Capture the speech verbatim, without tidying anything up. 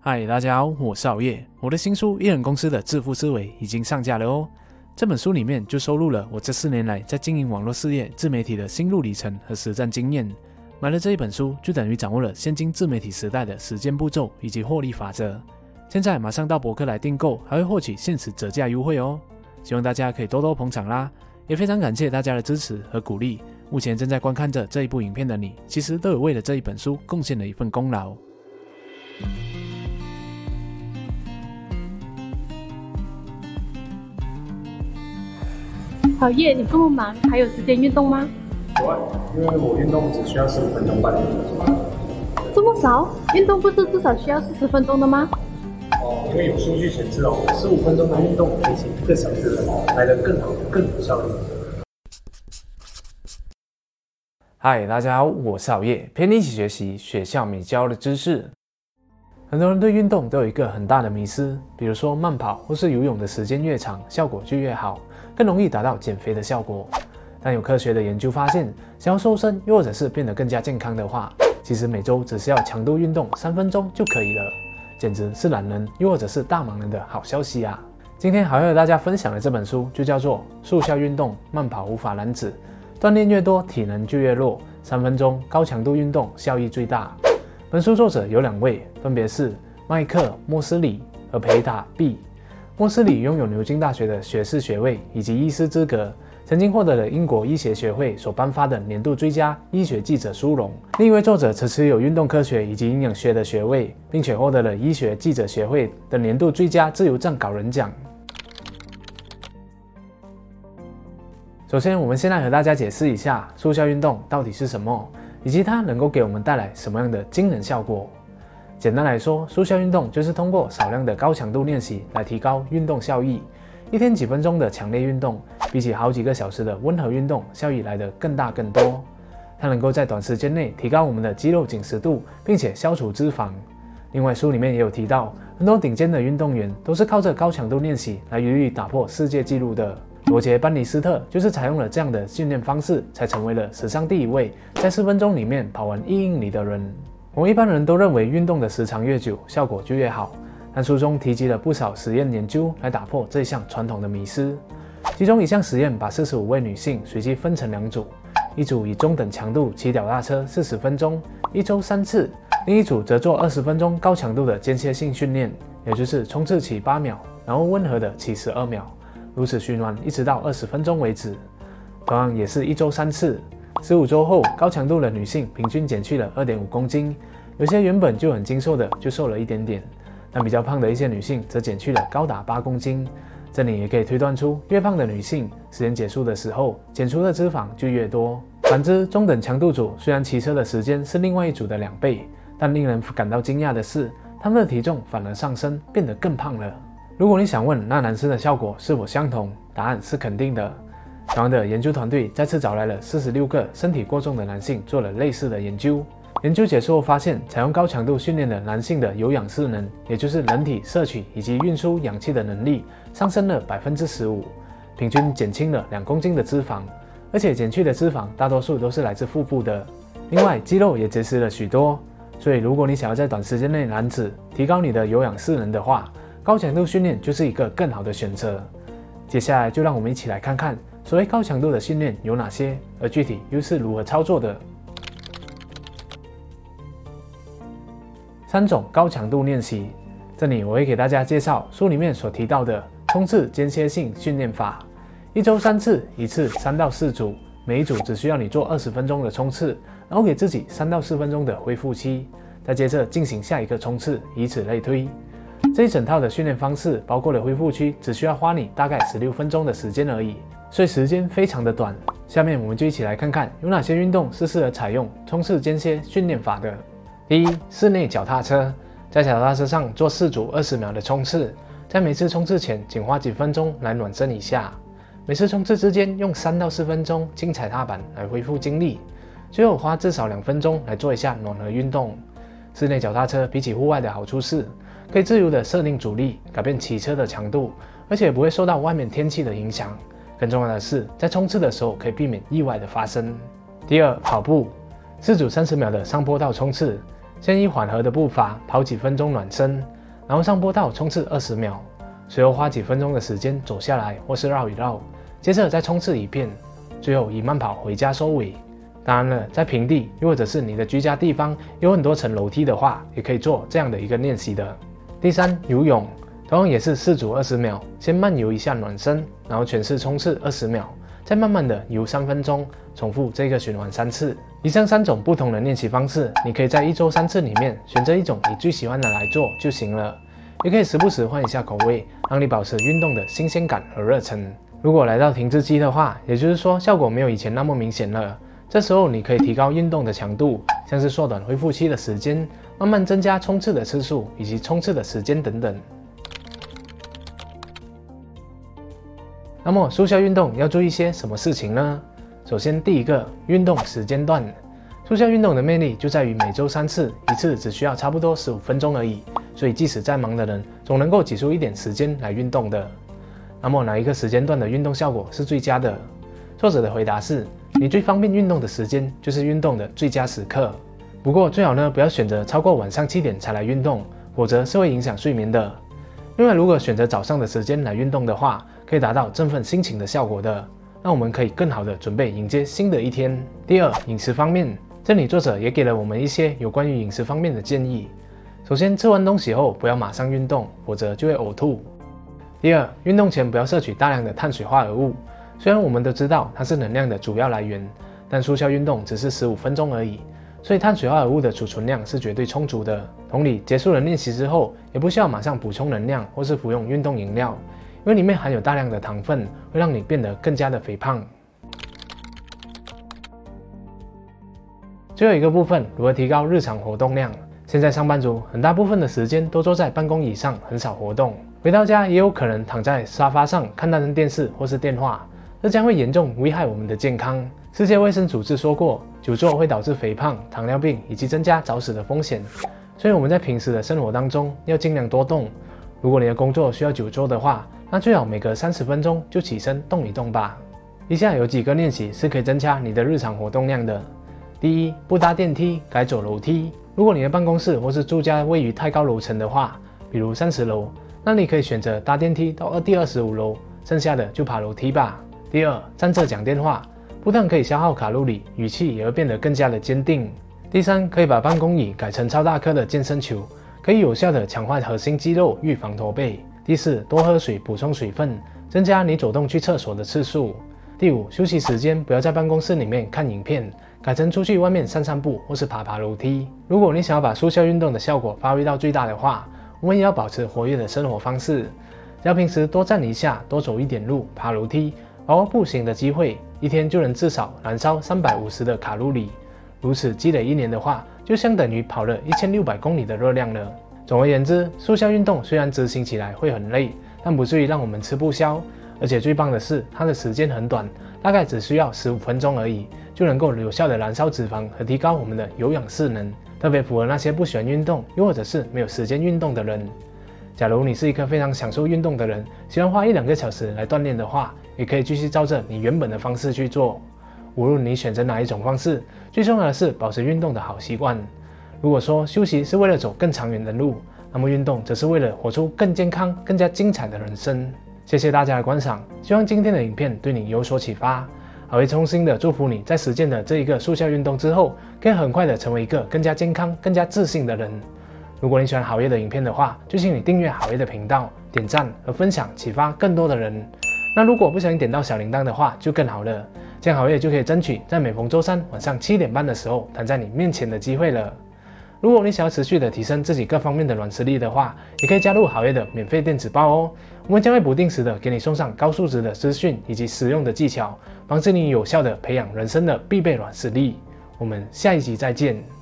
嗨，大家好，我是熬夜。我的新书《一人公司的致富思维》已经上架了哦。这本书里面就收录了我这四年来在经营网络事业、自媒体的心路历程和实战经验。买了这一本书，就等于掌握了现今自媒体时代的实践步骤以及获利法则。现在马上到博客来订购，还会获取限时折价优惠哦。希望大家可以多多捧场啦，也非常感谢大家的支持和鼓励。目前正在观看着这一部影片的你，其实都有为了这一本书贡献了一份功劳。 好夜，你这么忙，还有时间运动吗？ 有啊，因为我运动只需要十五分钟半。 这么少？运动不是至少需要四十分钟的吗？ 哦，因为有数据显示哦，十五分钟的运动比起一个小时的来得更好，更有效率。 嗨，大家好，我是熬夜，陪你一起学习学校没教的知识。很多人对运动都有一个很大的迷思，比如说慢跑或是游泳的时间越长，效果就越好，更容易达到减肥的效果。但有科学的研究发现，想要瘦身又或者是变得更加健康的话，其实每周只需要强度运动三分钟就可以了，简直是懒人又或者是大忙人的好消息啊！今天还要和大家分享的这本书就叫做《速效运动：慢跑无法拦止》，锻炼越多，体能就越弱，三分钟高强度运动效益最大。本书作者有两位，分别是麦克·莫斯里和培塔·毕。莫斯里拥有牛津大学的学士学位以及医师资格，曾经获得了英国医学学会所颁发的年度最佳医学记者殊荣。另一位作者则持有运动科学以及营养学的学位，并且获得了医学记者协会的年度最佳自由撰稿人奖。首先，我们先来和大家解释一下速效运动到底是什么，以及它能够给我们带来什么样的惊人效果。简单来说，速效运动就是通过少量的高强度练习来提高运动效益。一天几分钟的强烈运动，比起好几个小时的温和运动，效益来得更大更多。它能够在短时间内提高我们的肌肉紧实度，并且消除脂肪。另外，书里面也有提到，很多顶尖的运动员都是靠着高强度练习来屡屡打破世界纪录的。罗杰·班尼斯特就是采用了这样的训练方式，才成为了史上第一位在四分钟里面跑完一英里的人。我们一般人都认为运动的时长越久，效果就越好，但书中提及了不少实验研究来打破这项传统的迷思。其中一项实验把四十五位女性随机分成两组，一组以中等强度骑脚踏车四十分钟，一周三次；另一组则做二十分钟高强度的间歇性训练，也就是冲刺骑八秒，然后温和的骑十二秒。如此循环一直到二十分钟为止，同样也是一周三次。十五周后，高强度的女性平均减去了 二点五公斤，有些原本就很精瘦的就瘦了一点点，但比较胖的一些女性则减去了高达八公斤。这里也可以推断出，越胖的女性实验结束的时候，减除的脂肪就越多。反之，中等强度组虽然骑车的时间是另外一组的两倍，但令人感到惊讶的是，他们的体重反而上升，变得更胖了。如果你想问那男生的效果是否相同，答案是肯定的。同样的，研究团队再次找来了四十六个身体过重的男性做了类似的研究。研究结束后发现，采用高强度训练的男性的有氧势能，也就是人体摄取以及运输氧气的能力，上升了 百分之十五， 平均减轻了两公斤的脂肪，而且减去的脂肪大多数都是来自腹部的。另外，肌肉也结实了许多。所以，如果你想要在短时间内燃脂，提高你的有氧势能的话，高强度训练就是一个更好的选择。接下来就让我们一起来看看所谓高强度的训练有哪些，而具体又是如何操作的。三种高强度练习，这里我会给大家介绍书里面所提到的冲刺间歇性训练法，一周三次，一次三到四组，每一组只需要你做二十分钟的冲刺，然后给自己三到四分钟的恢复期，再接着进行下一个冲刺，以此类推。这一整套的训练方式包括了恢复期，只需要花你大概十六分钟的时间而已，所以时间非常的短。下面我们就一起来看看有哪些运动是适合采用冲刺间歇训练法的。第一，室内脚踏车，在脚踏车上做四组二十秒的冲刺，在每次冲刺前请花几分钟来暖身一下，每次冲刺之间用三到四分钟轻踩踏板来恢复精力，最后花至少两分钟来做一下暖和运动。室内脚踏车比起户外的好处是，可以自由的设定阻力，改变骑车的强度，而且不会受到外面天气的影响。更重要的是，在冲刺的时候可以避免意外的发生。第二，跑步，四组三十秒的上坡道冲刺，先以缓和的步伐跑几分钟暖身， 然后上坡道冲刺二十秒，随后花几分钟的时间走下来或是绕一绕，接着再冲刺一遍，最后以慢跑回家收尾。当然了，在平地又或者是你的居家地方有很多层楼梯的话，也可以做这样的一个练习的。第三，游泳，同样也是四组二十秒，先慢游一下暖身，然后全势冲刺二十秒，再慢慢的游三分钟，重复这个循环三次。以上三种不同的练习方式，你可以在一周三次里面选择一种你最喜欢的来做就行了，也可以时不时换一下口味，让你保持运动的新鲜感和热忱。如果来到停滞期的话，也就是说效果没有以前那么明显了，这时候你可以提高运动的强度，像是缩短恢复期的时间，慢慢增加冲刺的次数以及冲刺的时间等等。那么速效运动要注意些什么事情呢？首先第一个，运动时间段。速效运动的魅力就在于每周三次，一次只需要差不多十五分钟而已，所以即使再忙的人总能够挤出一点时间来运动的。那么哪一个时间段的运动效果是最佳的？作者的回答是，你最方便运动的时间就是运动的最佳时刻。不过最好呢，不要选择超过晚上七点才来运动，否则是会影响睡眠的。另外，如果选择早上的时间来运动的话，可以达到振奋心情的效果的，让我们可以更好的准备迎接新的一天。第二，饮食方面，这里作者也给了我们一些有关于饮食方面的建议。首先，吃完东西后不要马上运动，否则就会呕吐。第二，运动前不要摄取大量的碳水化合物。虽然我们都知道它是能量的主要来源，但速效运动只是十五分钟而已，所以碳水化合物的储存量是绝对充足的。同理，结束了练习之后，也不需要马上补充能量或是服用运动饮料，因为里面含有大量的糖分，会让你变得更加的肥胖。最后一个部分，如何提高日常活动量？现在上班族很大部分的时间都坐在办公椅上，很少活动，回到家也有可能躺在沙发上看大人电视或是电话，这将会严重危害我们的健康。世界卫生组织说过，久坐会导致肥胖、糖尿病以及增加早死的风险，所以我们在平时的生活当中要尽量多动。如果你的工作需要久坐的话，那最好每隔三十分钟就起身动一动吧。以下有几个练习是可以增加你的日常活动量的。第一，不搭电梯，改走楼梯。如果你的办公室或是住家位于太高楼层的话，比如三十楼，那你可以选择搭电梯到第二十五楼，剩下的就爬楼梯吧。第二，站着讲电话，不但可以消耗卡路里，语气也会变得更加的坚定。第三，可以把办公椅改成超大颗的健身球，可以有效的强化核心肌肉，预防驼背。第四，多喝水，补充水分，增加你走动去厕所的次数。第五，休息时间不要在办公室里面看影片，改成出去外面散散步或是爬爬楼梯。如果你想要把速效运动的效果发挥到最大的话，我们也要保持活跃的生活方式，只要平时多站一下，多走一点路，爬楼梯，把握步行的机会，一天就能至少燃烧三百五十的卡路里。如此积累一年的话，就相等于跑了一千六百公里的热量了。总而言之，速效运动虽然执行起来会很累，但不至于让我们吃不消。而且最棒的是，它的时间很短，大概只需要十五分钟而已，就能够有效的燃烧脂肪和提高我们的有氧势能，特别符合那些不喜欢运动，又或者是没有时间运动的人。假如你是一个非常享受运动的人，喜欢花一两个小时来锻炼的话，也可以继续照着你原本的方式去做。无论你选择哪一种方式，最重要的是保持运动的好习惯。如果说休息是为了走更长远的路，那么运动则是为了活出更健康、更加精彩的人生。谢谢大家的观赏，希望今天的影片对你有所启发。还会衷心的祝福你在实践的这一个速效运动之后，可以很快的成为一个更加健康、更加自信的人。如果你喜欢好业的影片的话，就请你订阅好业的频道，点赞和分享，启发更多的人。那如果不小心点到小铃铛的话，就更好了，这样好业就可以争取在每逢周三晚上七点半的时候弹在你面前的机会了。如果你想要持续的提升自己各方面的软实力的话，也可以加入好业的免费电子报哦。我们将会不定时的给你送上高素质的资讯以及实用的技巧，帮助你有效的培养人生的必备软实力。我们下一集再见。